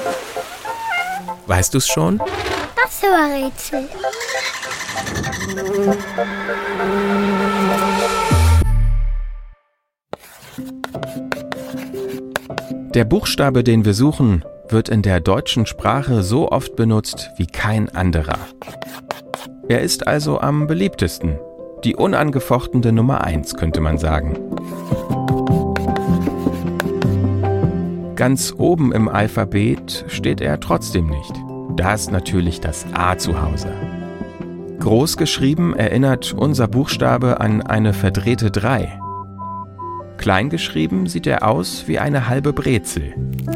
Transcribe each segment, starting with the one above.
Weißt du's schon? Das war Rätsel. Der Buchstabe, den wir suchen, wird in der deutschen Sprache so oft benutzt wie kein anderer. Er ist also am beliebtesten. Die unangefochtene Nummer 1, könnte man sagen. Ganz oben im Alphabet steht er trotzdem nicht. Da ist natürlich das A zu Hause. Groß geschrieben erinnert unser Buchstabe an eine verdrehte 3. Klein geschrieben sieht er aus wie eine halbe Brezel.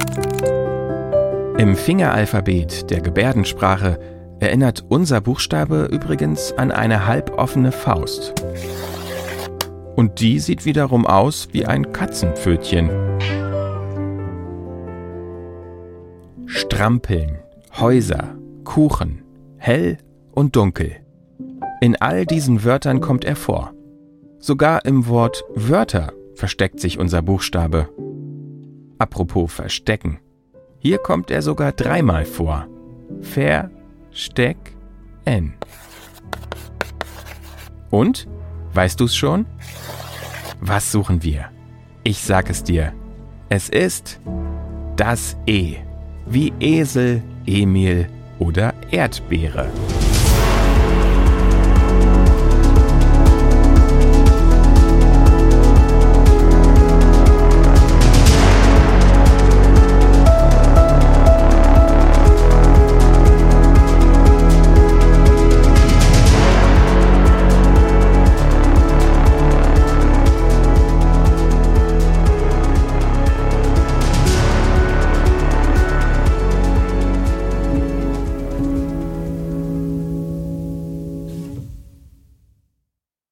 Im Fingeralphabet der Gebärdensprache erinnert unser Buchstabe übrigens an eine halboffene Faust. Und die sieht wiederum aus wie ein Katzenpfötchen. Strampeln, Häuser, Kuchen, hell und dunkel. In all diesen Wörtern kommt er vor. Sogar im Wort Wörter versteckt sich unser Buchstabe. Apropos verstecken. Hier kommt er sogar 3-mal vor. Verstecken. Und? Weißt du's schon? Was suchen wir? Ich sag es dir. Es ist das E. Wie Esel, Emil oder Erdbeere.